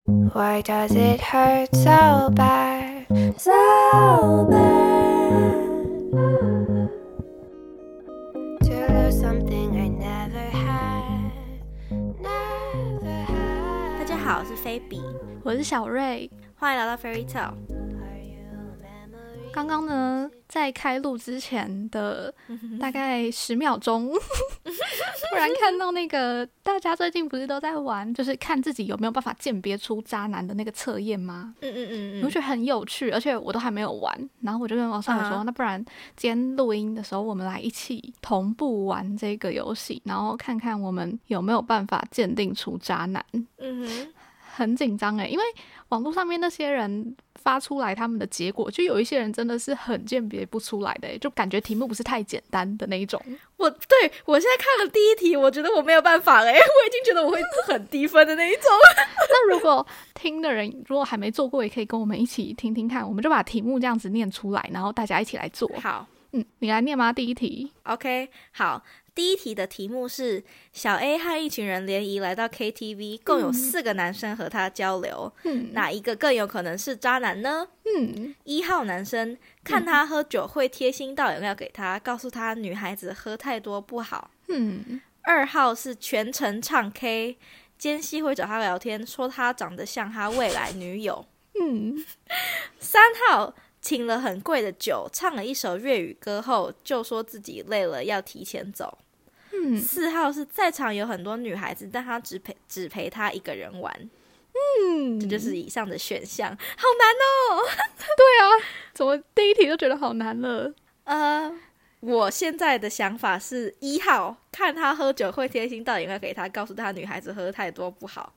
Why does it hurt so bad? So bad to lose something I never had, never had. 大家好，我是菲比， 我是小瑞， 欢迎来到 Fairy Tale。 刚刚呢，在开录之前的大概10秒钟，突然看到那个大家最近不是都在玩，就是看自己有没有办法鉴别出渣男的那个测验吗？我觉得很有趣，而且我都还没有玩。然后我就跟王少说，那不然今天录音的时候，我们来一起同步玩这个游戏，然后看看我们有没有办法鉴定出渣男。很紧张因为网络上面那些人发出来他们的结果，就有一些人真的是很鉴别不出来的就感觉题目不是太简单的那一种。 我现在看了第一题，我觉得我没有办法我已经觉得我会很低分的那一种。 那如果听的人如果还没做过，也可以跟我们一起听听看，我们就把题目这样子念出来，然后大家一起来做。 好， 你来念吗？第一题。 OK， 好，第一题的题目是小 A 和一群人联谊来到 KTV， 共有4个男生和他交流，哪一个更有可能是渣男呢？1号男生看他喝酒会贴心到饮料给他，告诉他女孩子喝太多不好。2号是全程唱 K， 间隙会找他聊天，说他长得像他未来女友。3号请了很贵的酒，唱了一首粤语歌后就说自己累了要提前走。4号是在场有很多女孩子，但他只陪他一个人玩。这就是以上的选项，好难哦。 对啊，怎么第一题就觉得好难了？ 我现在的想法是1号，看他喝酒会贴心到饮料给他，告诉他女孩子喝太多不好。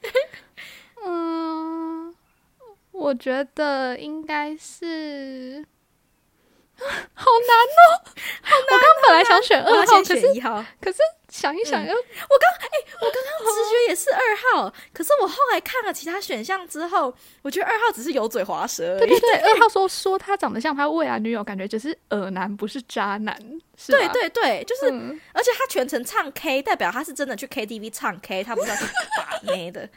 我觉得应该是好难哦，我刚本来想选2号， 先选1号， 可是想一想又， 我刚刚直觉也是2号，可是我后来看了其他选项之后，我觉得2号只是油嘴滑舌而已。 对，2号说他长得像他未来女友，感觉只是恶男不是渣男，是吧？ 对，就是而且他全程唱 K， 代表他是真的去 KTV 唱 K， 他不是要去把妹的。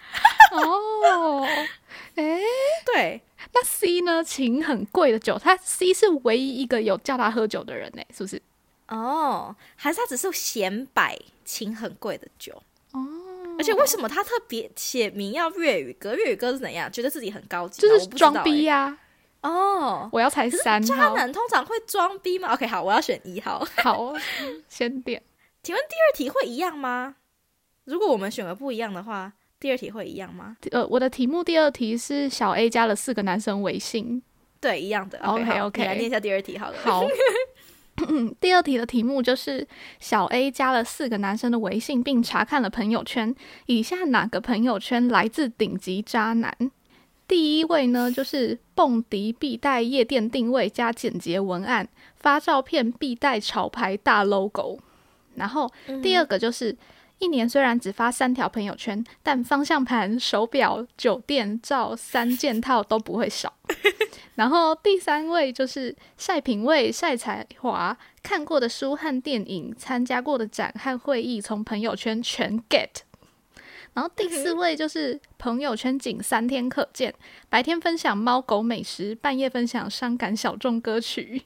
对， 那 C 呢？请很贵的酒，他 C 是唯一一个有叫他喝酒的人是不是？ 还是他只是显摆请很贵的酒？而且为什么他特别写明要粤语歌？粤语歌是怎样？觉得自己很高级， 就是装逼呀。我要猜3号。 渣男通常会装逼吗 ？OK， 好，我要选1号。 好，先点。 请问第2题会一样吗？如果我们选了不一样的话，第2题会一样吗？ 我的题目第2题是小 A 加了4个男生微信。 对，一样的。OK， 你来念一下第2题好了。 好。第2题的题目就是小 A 加了4个男生的微信，并查看了朋友圈，以下哪个朋友圈来自顶级渣男？第一位呢，就是蹦迪必带夜店定位加简洁文案，发照片必带潮牌大 logo。然后第2个就是1年虽然只发3条朋友圈，但方向盘、手表、酒店照3件套都不会少。然后第3位就是晒品味、晒才华，看过的书和电影、参加过的展和会议，从朋友圈全 get。然后第4位就是朋友圈仅3天可见，白天分享猫狗美食，半夜分享伤感小众歌曲。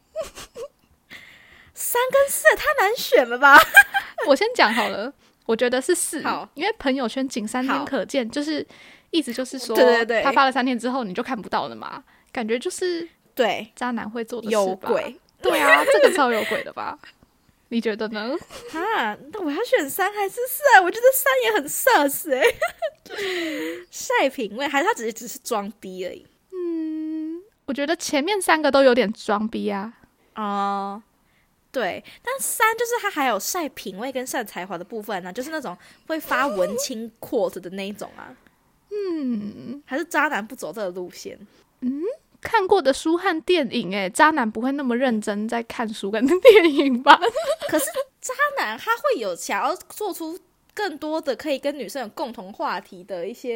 3跟4也太难选了吧？ 我先讲好了，我觉得是4，因为朋友圈仅3天可见，就是意思就是说， 对， 他发了3天之后你就看不到了嘛，感觉就是对渣男会做的事吧。 有鬼。 对啊，这个超有鬼的吧？你觉得呢？ 那我要选3还是4？我觉得3也很sus晒品味，还是他只是装逼而已？ 我觉得前面3个都有点装逼啊。 对，但3就是他还有晒品味跟晒才华的部分呢，就是那种会发文青 quote 的那一种啊。还是渣男不走这个路线？ 看过的书和电影渣男不会那么认真在看书跟电影吧？ 可是渣男他会有想要做出更多的可以跟女生有共同话题的一些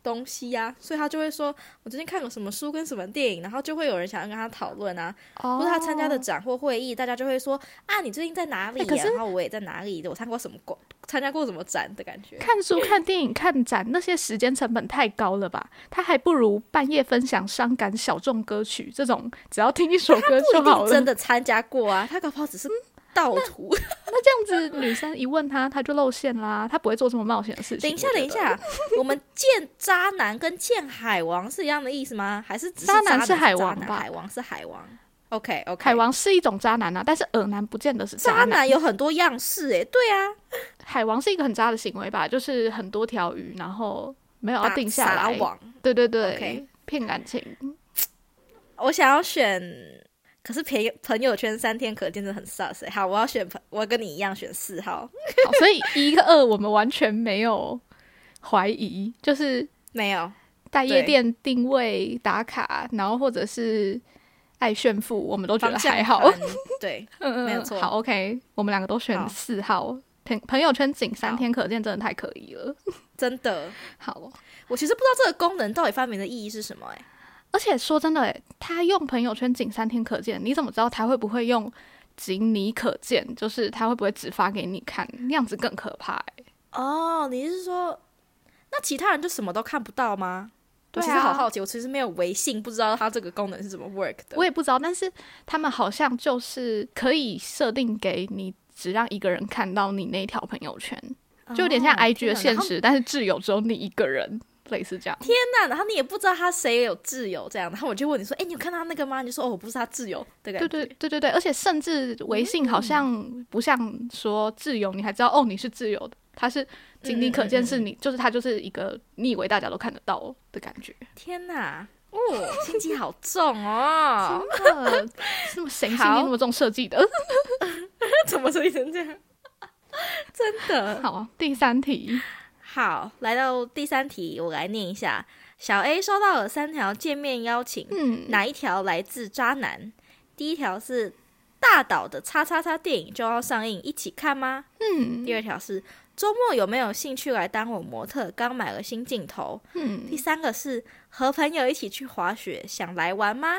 东西啊，所以他就会说我最近看过什么书跟什么电影，然后就会有人想要跟他讨论啊，或者他参加的展或会议，大家就会说啊你最近在哪里啊，然后我也在哪里的，我参加过什么展的感觉。 看书看电影看展那些时间成本太高了吧，他还不如半夜分享伤感小众歌曲这种只要听一首歌就好了。 他不一定真的参加过啊，他搞不好只是盗图。 那这样子女生一问他就露馅啦，他不会做这么冒险的事情。 等一下我们见渣男跟见海王是一样的意思吗？还是只是渣男是海王吧？ 海王是海王。OK， 海王是一种渣男啊，但是耳男不见得是渣男。 渣男有很多样式欸，对啊， 海王是一个很渣的行为吧，就是很多条鱼，然后没有要定下来。 撒网， 对对对，骗感情。 我想要选，可是朋友圈3天可见真的很 sus 欸。好，我跟你一样选4号。 好，所以1跟2我们完全没有怀疑，就是没有在夜店定位打卡，然后或者是爱炫富，我们都觉得还好。 对，没有错。 好 OK， 我们2个都选4号。朋友圈仅3天可见真的太可疑了， 真的。 好， 我其实不知道这个功能到底发明的意义是什么而且说真的他用朋友圈仅3天可见，你怎么知道他会不会用仅你可见，就是他会不会只发给你看，那样子更可怕哦，你是说那其他人就什么都看不到吗？ 对啊， 我其实好好奇，我其实没有微信，不知道它这个功能是怎么 work 的。 我也不知道，但是他们好像就是可以设定给你只让一个人看到你那条朋友圈，就有点像 IG 的现实，但是挚友只有你一个人，类似这样。 天哪，然后你也不知道他谁有挚友这样，然后我就问你说你有看到他那个吗？你就说我不是他挚友的感觉。 对，而且甚至微信好像不像说挚友你还知道你是挚友的，他是仅你可见，是你就是他就是一个你以为大家都看得到的感觉。 天哪，心机好重哦， 真的，是谁心机那么重设计的？ 怎么设计成这样？真的。 好，第3题。 好，来到第3题，我来念一下。小 A 收到了3条见面邀请，哪一条来自渣男？第一条是大岛的叉叉叉电影就要上映，一起看吗？第二条是周末有没有兴趣来当我模特？刚买了新镜头。第3个是和朋友一起去滑雪，想来玩吗？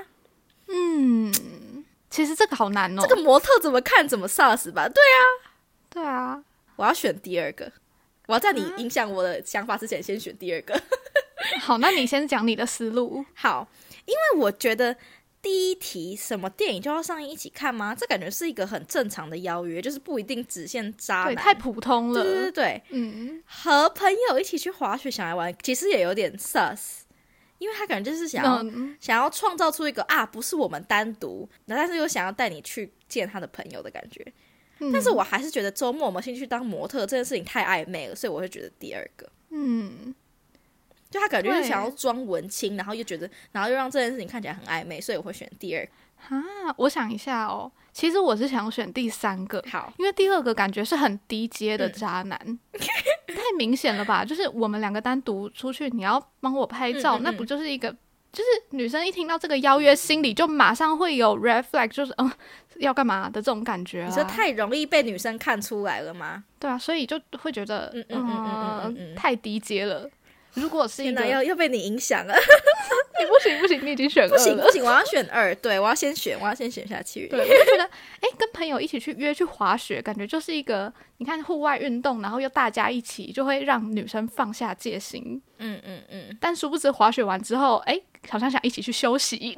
其实这个好难哦。 这个模特怎么看怎么 sus 吧？ 对啊， 我要选第2个。我要在你影响我的想法之前先选第2个。 好，那你先讲你的思路。 好，因为我觉得第一题什么电影就要上映一起看吗？这感觉是一个很正常的邀约，就是不一定只限渣男， 对，太普通了。 对，和朋友一起去滑雪想来玩，其实也有点 sus， 因为他感觉就是想要创造出一个不是我们单独，但是又想要带你去见他的朋友的感觉。但是我还是觉得周末我们兴趣当模特这件事情太暧昧了，所以我会觉得第2个。就他感觉是想要装文青，然后又让这件事情看起来很暧昧，所以我会选第2个。 我想一下其实我是想选第3个。 好， 因为第2个感觉是很低阶的渣男，太明显了吧？就是我们2个单独出去，你要帮我拍照，那不就是一个，就是女生一听到这个邀约，心里就马上会有 red flag， 就是要干嘛的这种感觉。 你说太容易被女生看出来了吗？ 对啊，所以就会觉得太低阶了。如果是一个要被你影响了。 你不行，你已经选2了。 不行，我要选2。对，我要先选下去。 对，我就觉得跟朋友一起去约去滑雪，感觉就是一个你看户外运动，然后又大家一起，就会让女生放下戒心。但殊不知滑雪完之后好像想一起去休息。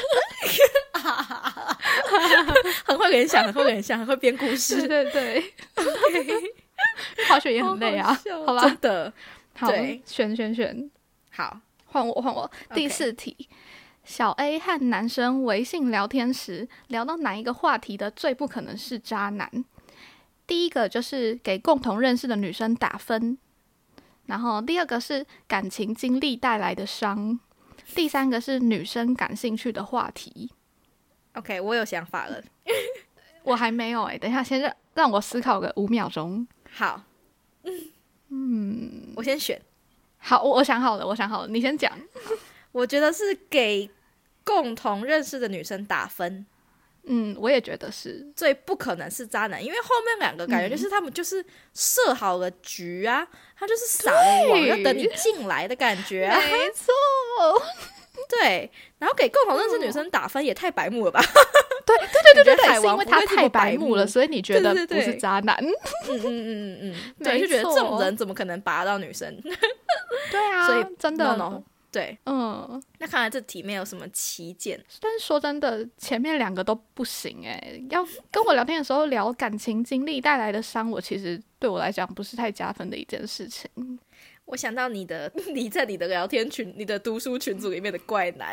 很会联想，很会编故事。 对滑雪也很累啊。好啦， 真的。 好，选。 好， 换我。第4题，小 A 和男生微信聊天时，聊到哪一个话题的最不可能是渣男？第一个就是给共同认识的女生打分，然后第2个是感情经历带来的伤，第3个是女生感兴趣的话题。 OK， 我有想法了。 我还没有等一下，先让我思考个5秒钟。 好。我先选。 好，我想好了，你先讲。 我觉得是给共同认识的女生打分。 我也觉得是， 所以不可能是渣男，因为后面两个感觉就是他们就是设好了局啊，他就是撒了网要等你进来的感觉啊， 没错。 对，然后给共同认识女生打分也太白目了吧？ 对，是因为他太白目了，所以你觉得不是渣男？ 对，就觉得这种人怎么可能拔到女生？ 对啊， 所以真的 no， 对，那看来这题没有什么旗舰。 但是说真的，前面两个都不行要跟我聊天的时候聊感情经历带来的伤，我其实对我来讲不是太加分的一件事情。 我想到你在你的聊天群、你的读书群组里面的怪男。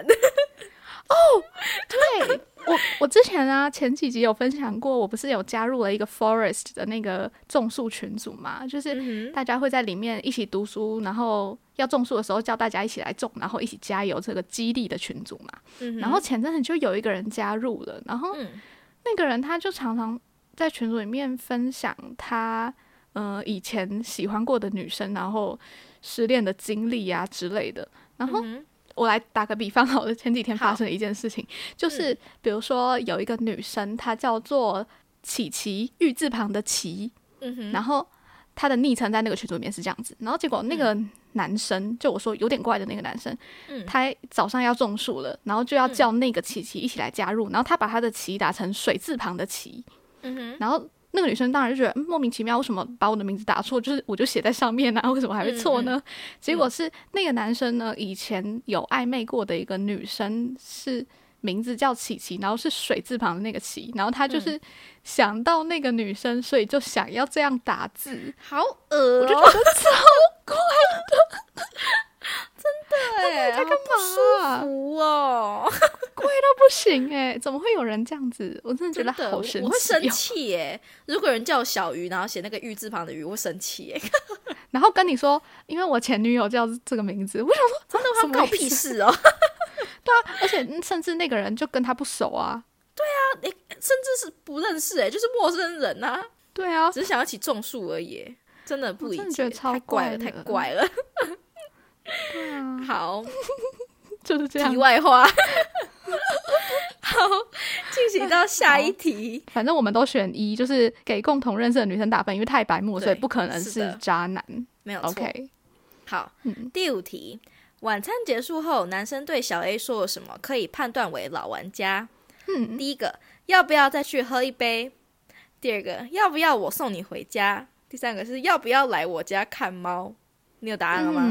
对，我之前啊，前几集有分享过，我不是有加入了一个 Forest 的那个种树群组嘛，就是大家会在里面一起读书，然后要种树的时候叫大家一起来种，然后一起加油，这个激励的群组嘛。然后前阵子就有一个人加入了，然后那个人他就常常在群组里面分享他以前喜欢过的女生，然后失恋的经历啊之类的，然后我来打个比方好了，前几天发生的一件事情，就是比如说有一个女生，她叫做琪琪，玉字旁的琪，然后她的昵称在那个群组里面是这样子，然后结果那个男生，就我说有点怪的那个男生，他早上要种树了，然后就要叫那个琪琪一起来加入，然后他把他的琪打成水字旁的琪，然后那个女生当然就觉得莫名其妙，为什么把我的名字打错？就是我就写在上面啊，为什么还会错呢？结果是那个男生呢，以前有暧昧过的一个女生，是名字叫琪琪，然后是水字旁的那个琪，然后他就是想到那个女生，所以就想要这样打字， 好恶我就觉得超怪的。 真的耶， 在干嘛？ 好不舒服哦， 怪到不行怎么会有人这样子？我真的觉得好生气我会生气耶。如果有人叫我小鱼，然后写那个玉字旁的鱼，我会生气耶。 然后跟你说，因为我前女友叫这个名字，我想说真的吗？搞屁事哦！ 对啊，而且甚至那个人就跟他不熟啊。 对啊，甚至是不认识就是陌生人啊。 对啊， 只是想要一起种树而已，真的不理解， 真的觉得超太怪了，太怪了。 对啊， 好， 就是这样。 题外话，好，进行到下一题。 反正我们都选一，就是给共同认识的女生打分，因为太白目，所以不可能是渣男。 没有错。 OK， 好，第5题。晚餐结束后，男生对小 A 说了什么，可以判断为老玩家？第一个，要不要再去喝一杯？第二个，要不要我送你回家？第三个是要不要来我家看猫？你有答案了吗？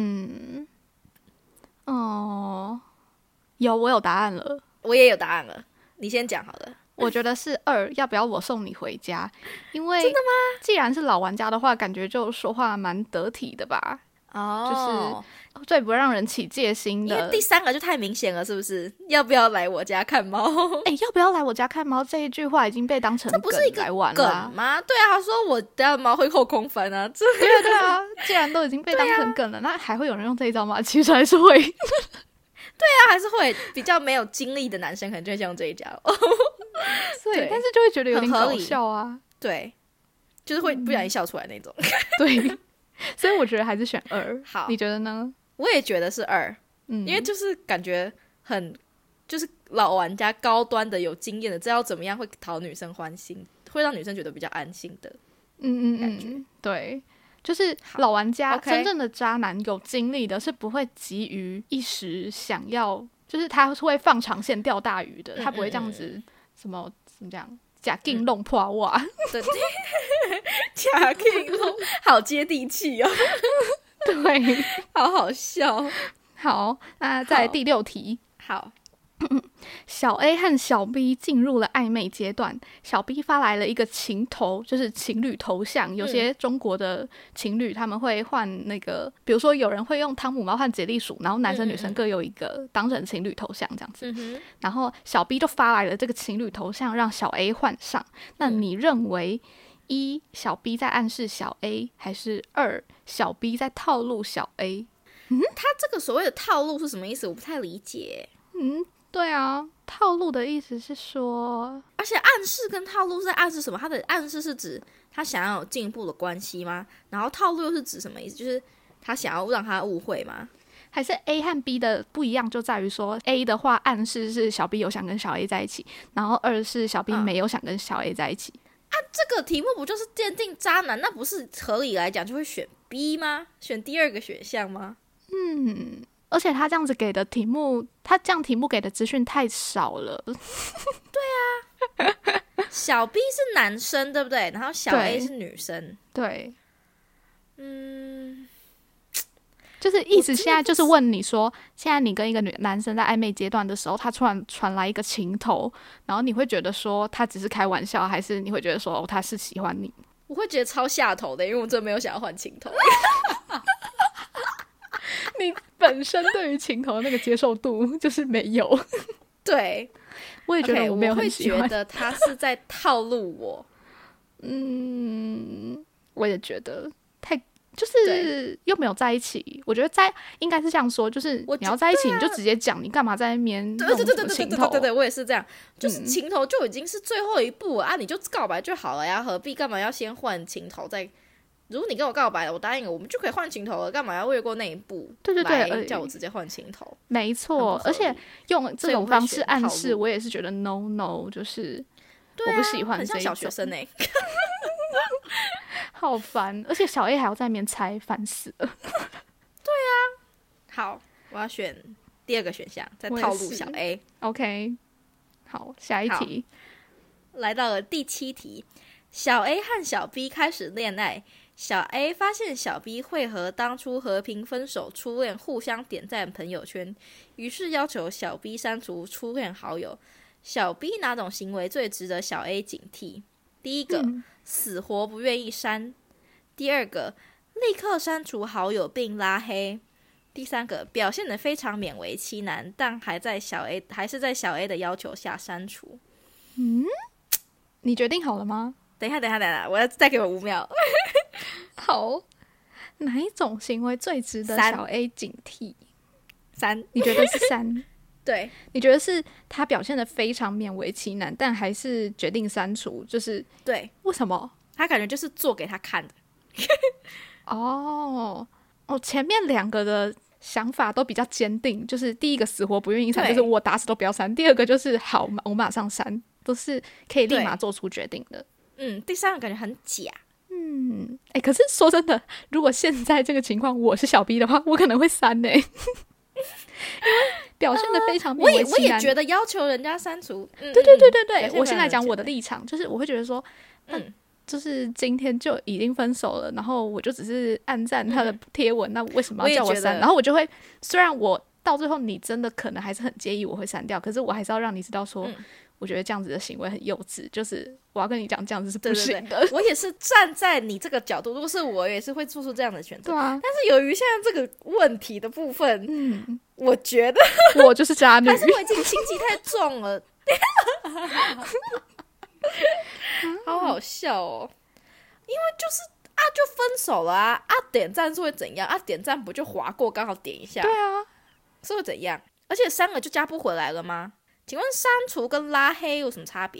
我有答案了。 我也有答案了，你先讲好了。 我觉得是2，要不要我送你回家？因为真的吗？ 既然是老玩家的话，感觉就说话蛮得体的吧。就是最不让人起戒心的。 因为第3个就太明显了，是不是？要不要来我家看猫？ 要不要来我家看猫？这一句话已经被当成梗来玩了。 这不是一个梗吗？对啊，他说我家的猫会后空翻啊。 对啊，既然都已经被当成梗了，那还会有人用这一招吗？其实还是会。 对啊，还是会比较没有经历的男生可能就会用这一招。 对，但是就会觉得有点搞笑啊。 对，就是会不小心笑出来那种。 对。所以我觉得还是选2。 好， 你觉得呢？ 我也觉得是2。因为就是感觉很就是老玩家高端的有经验的，知道怎么样会讨女生欢心，会让女生觉得比较安心的感觉。 对，就是老玩家真正的渣男有经历的是不会急于一时想要，就是他会放长线钓大鱼的，他不会这样子怎么讲假劲弄破瓦。 对，假劲弄好接地气哦。 对， 好好笑。 好，那在第6题。 好。 小 A 和小 B 进入了暧昧阶段，小 B 发来了一个情头，就是情侣头像。有些中国的情侣他们会换那个，比如说有人会用汤姆猫和杰利鼠，然后男生女生各有一个当成情侣头像这样子。然后小 B 就发来了这个情侣头像让小 A 换上。那你认为1小 B 在暗示小 A， 还是2小 B 在套路小 A？ 他这个所谓的套路是什么意思？我不太理解。 对啊，套路的意思是说， 而且暗示跟套路是在暗示什么？他的暗示是指他想要有进一步的关系吗？然后套路又是指什么意思？就是他想要让他误会吗？ 还是 A 和 B 的不一样就在于说 A 的话暗示是小 B 有想跟小 A 在一起，然后2是小 B 没有想跟小 A 在一起。 这个题目不就是鉴定渣男？那不是合理来讲就会选 B 吗？选第二个选项吗？ 而且他这样子给的题目，他这样题目给的资讯太少了。 对啊，小 B 是男生对不对？然后小 A 是女生。 对，就是意思现在就是问你说，现在你跟一个男生在暧昧阶段的时候，他突然传来一个情头，然后你会觉得说他只是开玩笑，还是你会觉得说他是喜欢你？ 我会觉得超下头的，因为我真的没有想要换情头。 你本身对于情头的那个接受度就是没有。 对， 我也觉得我没有很喜欢。 我会觉得他是在套路我。 我也觉得就是又没有在一起，我觉得应该是这样说，就是你要在一起你就直接讲，你干嘛在那边弄什么情头？ 对，我也是这样，就是情头就已经是最后一步了你就告白就好了呀，何必干嘛要先换情头再？如果你跟我告白了，我答应了，我们就可以换情头了，干嘛要越过那一步？对，叫我直接换情头， 没错，而且用这种方式暗示，我也是觉得 no， 就是我不喜欢这一种， 很像小学生好烦，而且小 A 还要在那边猜，烦死了。 对啊，好，我要选第二个选项，再套路小 A。 OK， 好，下一题， 来到了第7题，小 A 和小 B 开始恋爱。小 A 发现小 B 会和当初和平分手初恋互相点赞朋友圈，于是要求小 B 删除初恋好友。小 B 哪种行为最值得小 A 警惕？第一个，死活不愿意删；第二个，立刻删除好友并拉黑；第三个，表现得非常勉为其难，但还是在小 A 的要求下删除。 你决定好了吗？ 等一下，我要再给我5秒。 好，哪一种行为最值得小 A 警惕 ？3， 你觉得是3？ 对， 你觉得是他表现得非常勉为其难，但还是决定删除？就是对， 为什么？ 他感觉就是做给他看的。 前面2个的想法都比较坚定，就是第一个死活不愿意删，就是我打死都不要删；第二个就是好，我马上删，都是可以立马做出决定的。 第三个感觉很假。 可是说真的，如果现在这个情况我是小 B 的话，我可能会删因为表现得非常勉为其难。 我也觉得要求人家删除。 对，我先来讲我的立场，就是我会觉得说，就是今天就已经分手了，然后我就只是按赞他的贴文，那为什么要叫我删？然后我就会，虽然我到最后你真的可能还是很介意，我会删掉，可是我还是要让你知道说，我觉得这样子的行为很幼稚，就是我要跟你讲这样子是不行的。 对，我也是站在你这个角度，如果是我也是会做出这样的选择。 对啊， 但是由于现在这个问题的部分，我觉得我就是渣女， 还是我已经心机太重了。好好笑哦，因为就是就分手了点赞是会怎样点赞不就划过刚好点一下？ 对啊， 是会怎样？而且删了就加不回来了吗？请问删除跟拉黑有什么差别？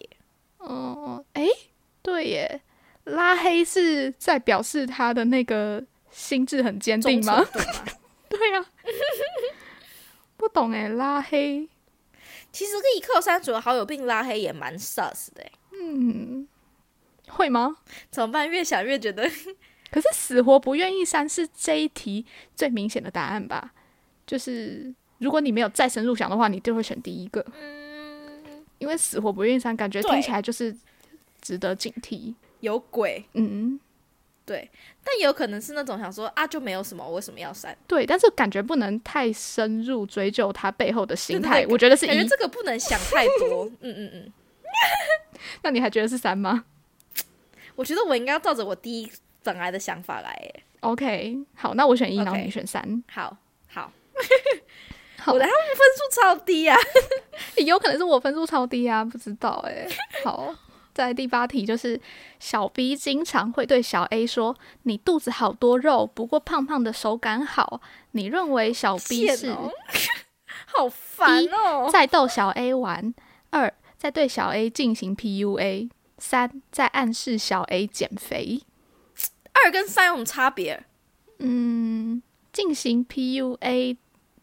对耶，拉黑是在表示他的那个心智很坚定吗？对啊，不懂拉黑。 其实立刻删除好友并拉黑也蛮 sus 的会吗？ 怎么办？越想越觉得。 可是死活不愿意删是这一题最明显的答案吧？就是如果你没有再深入想的话，你就会选第一个。因为死活不愿意删，感觉听起来就是值得警惕， 有鬼。对，但也有可能是那种想说就没有什么，我为什么要删？ 对，但是感觉不能太深入追究他背后的心态。我觉得是感觉这个不能想太多。 那你还觉得是3吗？ 我觉得我应该要照着我第一本来的想法来。 OK， 好，那我选1，然后你选3。 好。我的他们分数超低有可能是我分数超低不知道好，在第8题就是小 B 经常会对小 A 说：“你肚子好多肉，不过胖胖的手感好。”你认为小 B 是好烦哦！ 1在逗小 A 玩，2在对小 A 进行 PUA，3在暗示小 A 减肥。 2跟3有什么差别？ 进行 PUA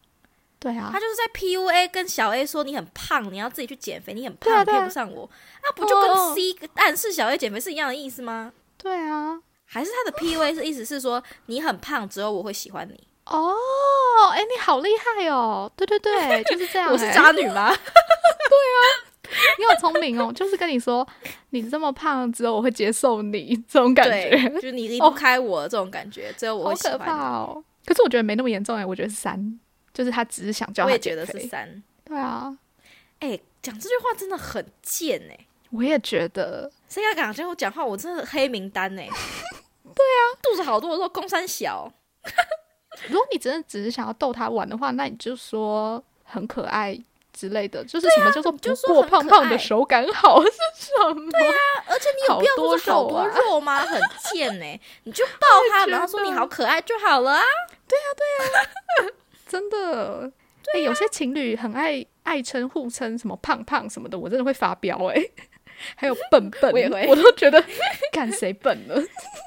对啊， 他就是在 PUA 跟小 A 说你很胖，你要自己去减肥，你很胖，你配不上我，那不就跟 C 暗示小 A 减肥是一样的意思吗？ 对啊， 还是他的 PUA 是意思是说你很胖，只有我会喜欢你？ 哦，你好厉害哦！对对对，就是这样。 我是渣女吗？ 你好聪明哦，就是跟你说你这么胖，只有我会接受你这种感觉， 对，就是你离不开我这种感觉，只有我会喜欢你。 好可怕哦！可是我觉得没那么严重我觉得是3，就是他只是想叫他减肥。 我也觉得是3。 对啊， 讲这句话真的很贱我也觉得。 谁敢讲这样讲话，我真的黑名单对啊，肚子好多的时候公三小。 如果你真的只是想要逗他玩的话，那你就说很可爱之类的，就是什么叫做不过胖胖的手感好是什么？ 对啊，而且你有必要不是好多肉吗？很贱你就抱他，然后说你好可爱就好了啊。 对啊，真的。有些情侣很爱称互称什么胖胖什么的，我真的会发飙还有笨笨， 我也会， 我都觉得干谁笨了？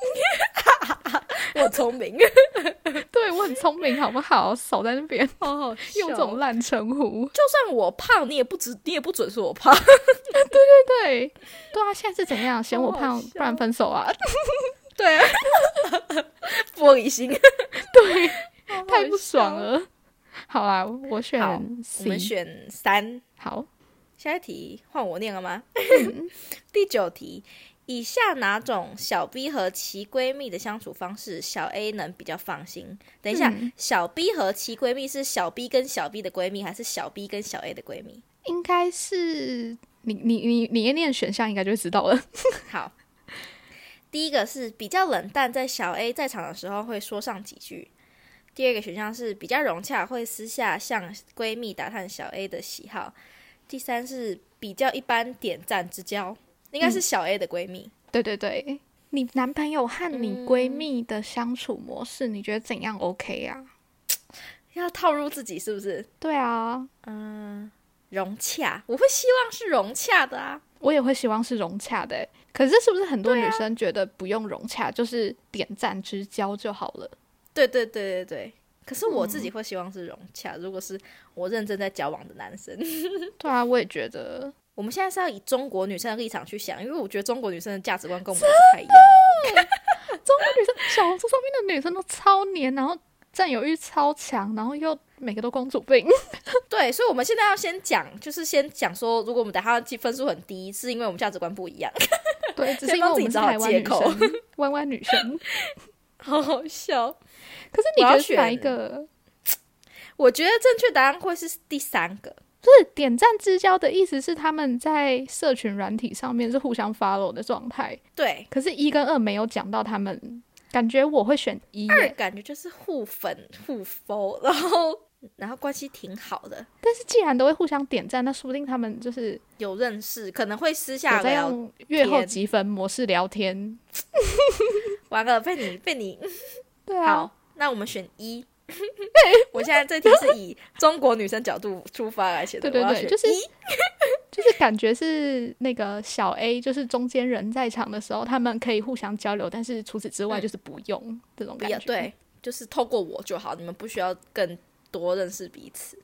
我聪明， 对我很聪明，好不好？少在那边， 好好用这种烂称呼。 就算我胖，你也不准说我胖。 对啊，现在是怎样？嫌我胖，不然分手啊？ 对啊，玻璃心， 对，太不爽了。好啦，我选 C， 我们选3。 好， 下一题换我念了吗？第9题，以下哪种小 B 和其闺蜜的相处方式小 A 能比较放心？等一下，小 B 和其闺蜜是小 B 跟小 B 的闺蜜，还是小 B 跟小 A 的闺蜜？ 应该是你念选项应该就会知道了。 好，第一个是比较冷淡，在小 A 在场的时候会说上几句。第二个选项是比较融洽，会私下向闺蜜打探小 A 的喜好。第3是比较一般，点赞之交，应该是小 A 的闺蜜。 对对对，你男朋友和你闺蜜的相处模式，你觉得怎样 OK 啊？ 要套入自己是不是？ 对啊， 融洽，我会希望是融洽的啊。 我也会希望是融洽的可是是不是很多女生觉得不用融洽，就是点赞之交就好了？ 对，可是我自己会希望是融洽，如果是我认真在交往的男生。 对啊，我也觉得。 我们现在是要以中国女生的立场去想，因为我觉得中国女生的价值观跟我们不太一样。 中国女生小红书上面的女生都超黏，然后占有欲超强，然后又每个都公主病。 对，所以我们现在要先讲，就是先讲说，如果我们等下分数很低，是因为我们价值观不一样。 对，只是因为我们是台湾女生，弯弯女生。 好好笑。 可是你觉得是哪一个？ 我觉得正确答案会是第3个。 就是点赞之交的意思是他们在社群软体上面是互相 follow 的状态。 对， 可是1跟2没有讲到他们，感觉我会选1。 2感觉就是互粉互 follow， 然后关系挺好的。 但是既然都会互相点赞，那说不定他们就是有认识，可能会私下有在用月后积分模式聊天。 完了，被你对啊。 好，那我们选1。我现在这题是以中国女生角度出发来写的。 对，就是感觉是那个小 A 就是中间人在场的时候，他们可以互相交流，但是除此之外就是不用这种感觉。 对，就是透过我就好，你们不需要更多认识彼此。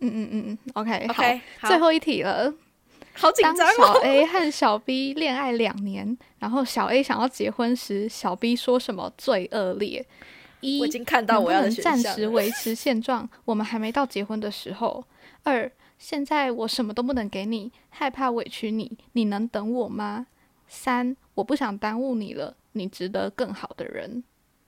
OK， 好， 最后一题了。 好紧张哦。 当小 A 和小 B 恋爱2年，然后小 A 想要结婚时，小 B 说什么最恶劣？ 我已经看到我要的选项了。 能不能暂时维持现状，我们还没到结婚的时候。2，现在我什么都不能给你，害怕委屈你，你能等我吗？3，我不想耽误你了，你值得更好的人。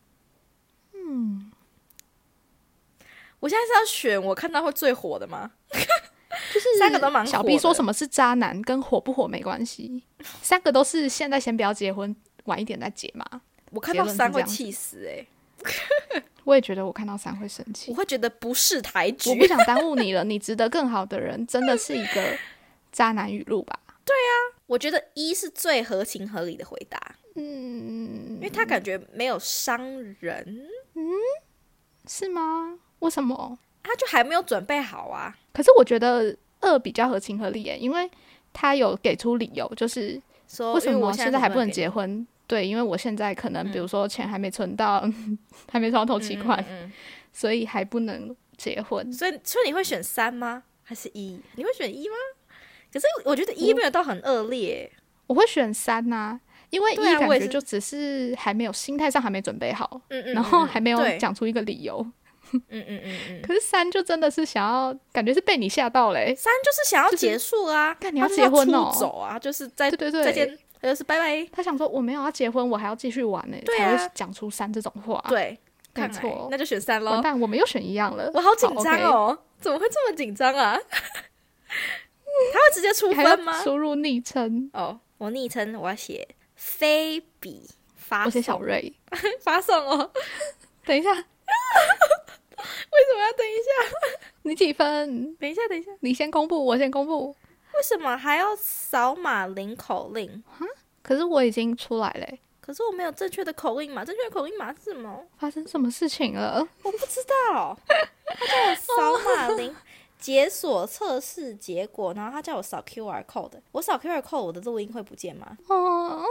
我现在是要选我看到会最火的吗？ 就是 3个都蛮火的。 小 B 说什么是渣男，跟火不火没关系。3个都是现在先不要结婚，晚一点再结嘛。 我看到3会气死我也觉得我看到3会生气， 我会觉得不识抬举。 我不想耽误你了，你值得更好的人，真的是一个渣男语录吧？ 对啊，我觉得1是最合情合理的回答。因为他感觉没有伤人。 是吗？为什么？ 他就还没有准备好啊。 可是我觉得2比较合情合理耶，因为他有给出理由，就是为什么现在还不能结婚？对，因为我现在可能比如说钱还没存到，还没存到头期款，所以还不能结婚。 所以你会选3吗？还是1？你会选1吗？可是我觉得1没有到很恶劣。 我会选3啊，因为对啊感觉就只是还没有心态上还没准备好，然后还没有讲出一个理由。可是3就真的是想要，感觉是被你吓到嘞。 3就是想要结束啊， 看你要结婚哦，出走啊，就是再见，就是拜拜。 他想说我没有要结婚，我还要继续玩呢，才会讲出3这种话。 对， 没错， 那就选3咯。 完蛋，我们又选一样了， 我好紧张哦，怎么会这么紧张啊？他会直接出分吗？ 输入昵称哦，我昵称我要写菲比发送， 我写小瑞发送哦。 等一下，为什么要等一下？ 你几分？ 等一下， 你先公布，我先公布。 为什么还要扫码领口令？ 可是我已经出来了。 可是我没有正确的口令码，正确的口令码是什么？ 发生什么事情了？ 我不知道。他叫我扫码领解锁测试结果，然后他叫我扫 QR code。我扫 QR code， 我的录音会不见吗？ 哦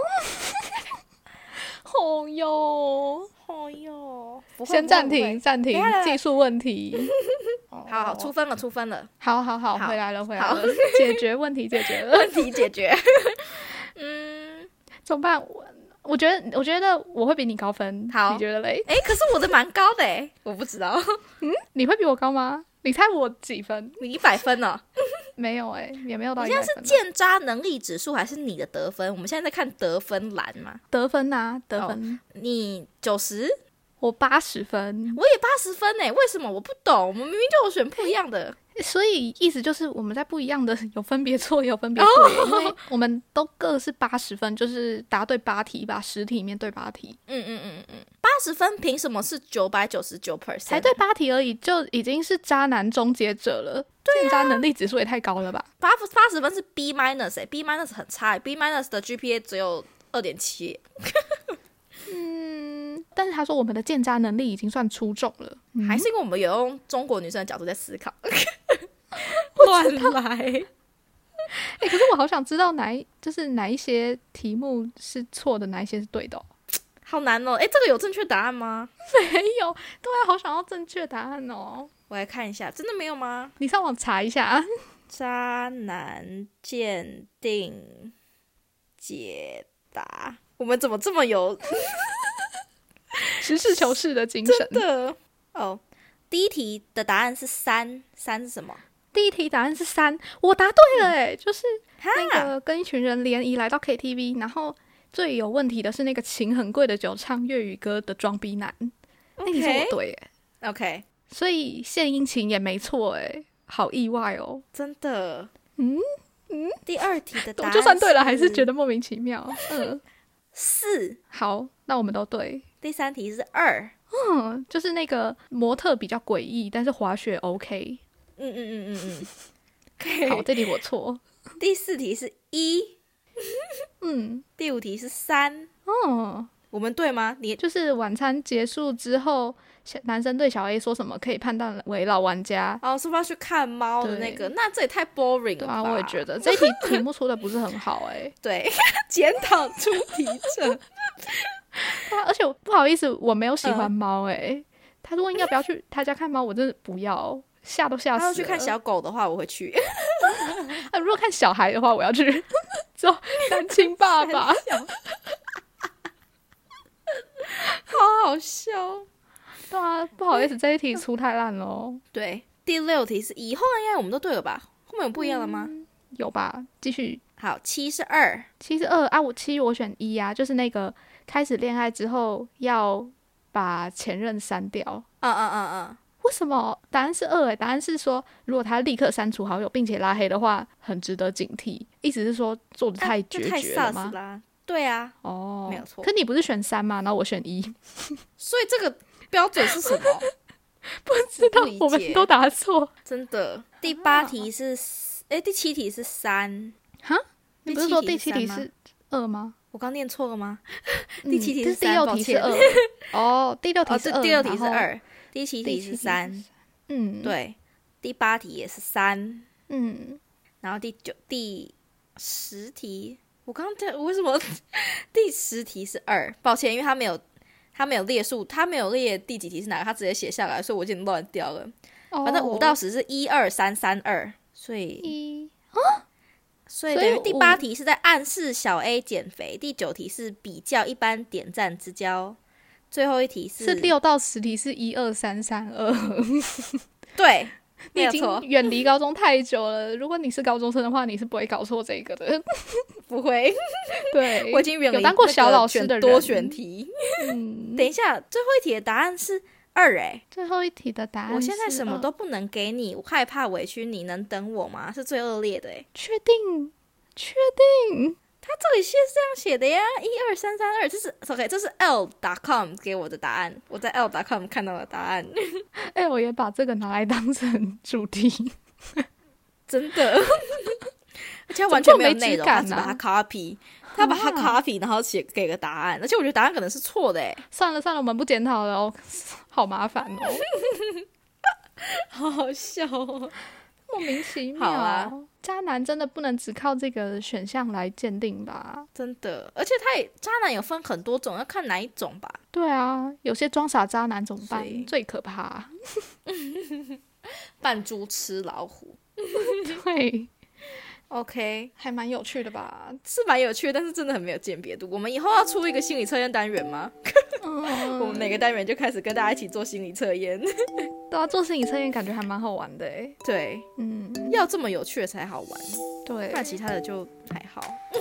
哟，先暂停，技术问题。 好，出分了。 好，回来了，解决问题，解决了， 问题解决。 怎么办？我觉得我会比你高分。 好， 你觉得嘞？ 可是我的蛮高的我不知道。 你会比我高吗？你猜我几分？ 你100分哦。 没有也没有到100分。 你现在是建渣能力指数还是你的得分？我们现在在看得分栏嘛。 得分啊，得分。 你90， 我80分。 我也80分为什么？我不懂。我们明明就有选不一样的。 所以意思就是我们在不一样的有分别错也有分别对，因为我们都各是80分，就是答对8题吧，10题里面对8题。 80分凭什么是999%？ 才对8题而已，就已经是渣男终结者了。建渣能力指数也太高了吧 ？80分是 B-B- 很差，B- 的 GPA 只有2.7。 但是他说我们的建渣能力已经算出众了， 还是因为我们有用中国女生的角度在思考。乱来。 可是我好想知道哪一些题目是错的，哪一些是对的哦。 好难哦！这个有正确答案吗？ 没有。对啊，好想要正确答案哦。 我来看一下，真的没有吗？ 你上网查一下。 渣男鉴定解答，我们怎么这么有实事求是的精神？ 真的哦。第一题的答案是3是什么？ 第一题答案是3，我答对了就是那个跟一群人联谊来到 KTV， 然后最有问题的是那个琴很贵的酒唱粤语歌的装逼男。你说我对 OK， 所以献殷勤也没错好意外哦， 真的。第二题的答案就算对了还是觉得莫名其妙。 4， 好，那我们都对。 第3题是2， 就是那个模特比较诡异，但是滑雪 OK。好，这题我错。 第4题是1，第5题是3。我们对吗？你就是晚餐结束之后，男生对小 A 说什么可以判断为老玩家。 是不是要去看猫的那个？那这也太 boring 了吧？ 对啊，我也觉得这题目出的不是很好对，检讨出题者。 而且不好意思，我没有喜欢猫他说要不要去他家看猫，我真的不要，吓都吓死了。 他要去看小狗的话，我会去。 如果看小孩的话，我要去做单亲爸爸。 好好笑。 对啊，不好意思，这一题出太烂了。 对，第6题是1，后来应该我们都对了吧？后面有不一样了吗？ 有吧，继续。 好，7是2， 啊，我选1啊，就是那个开始恋爱之后要把前任删掉。为什么？答案是2答案是说，如果他立刻删除好友并且拉黑的话，很值得警惕。意思是说做的太决绝了吗？ 啦对啊，没有错。 可你不是选3吗？然后我选1，所以这个标准是什么？ 不知道，我们都答错， 真的。第8题是第7题是3。 你不是说第7题是2吗？ 我刚念错了吗？第7题是3， 第6题是2。第6题是2， 第6题是2，第7题是3。对。第8题也是3。然后第10题，我为什么第10题是2？抱歉，因为他没有列数，他没有列第几题是哪个，他直接写下来，所以我已经乱掉了。 反正5到10是12332，所以等于第8题是在暗示小 A 减肥，第9题是比较一般点赞之交，最后一题是 6到10题是12332。 对， 你已经远离高中太久了。如果你是高中生的话，你是不会搞错这个的。 不会， 对， 我已经远离有当过小老师的人。 多选题。等一下，最后一题的答案是2 最后一题的答案是2。 我现在什么都不能给你，我害怕委屈你，能等我吗？是最恶劣的确定？ 他这里是这样写的呀，12332，这是 OK， 这是 L.com 给我的答案，我在 L.com 看到的答案。 我也把这个拿来当成主题， 真的，而且完全没有内容，他只把它 copy， 然后给个答案，而且我觉得答案可能是错的算了，我们不检讨了好麻烦好好笑莫名其妙。好啊，渣男真的不能只靠这个选项来鉴定吧？ 真的，而且渣男有分很多种，要看哪一种吧？ 对啊，有些装傻渣男怎么办？最可怕。 扮猪吃老虎。 对。 OK， 还蛮有趣的吧？ 是蛮有趣的，但是真的很没有鉴别度。我们以后要出一个心理测验单元吗？我们每个单元就开始跟大家一起做心理测验。 对啊，做心理测验感觉还蛮好玩的对，要这么有趣的才好玩。 对， 不然其他的就还好。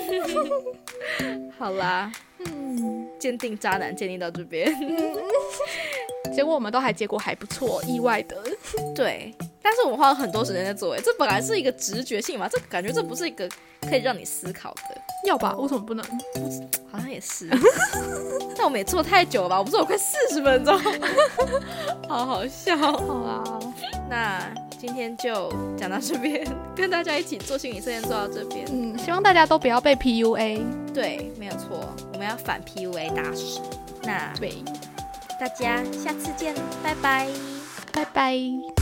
好啦，鉴定渣男鉴定到这边。 结果我们都结果还不错，意外的。 对，但是我们花了很多时间在做，这本来是一个直觉性嘛，这感觉这不是一个可以让你思考的。 要吧？为什么不能？ 好像也是。但我们也做太久了吧？我们做了快40分钟，好好笑。 好啦， 那今天就讲到这边，跟大家一起做心理测验做到这边。 希望大家都不要被 PUA。 对，没有错，我们要反 PUA 大使。那对。 大家下次见，拜拜， 拜拜。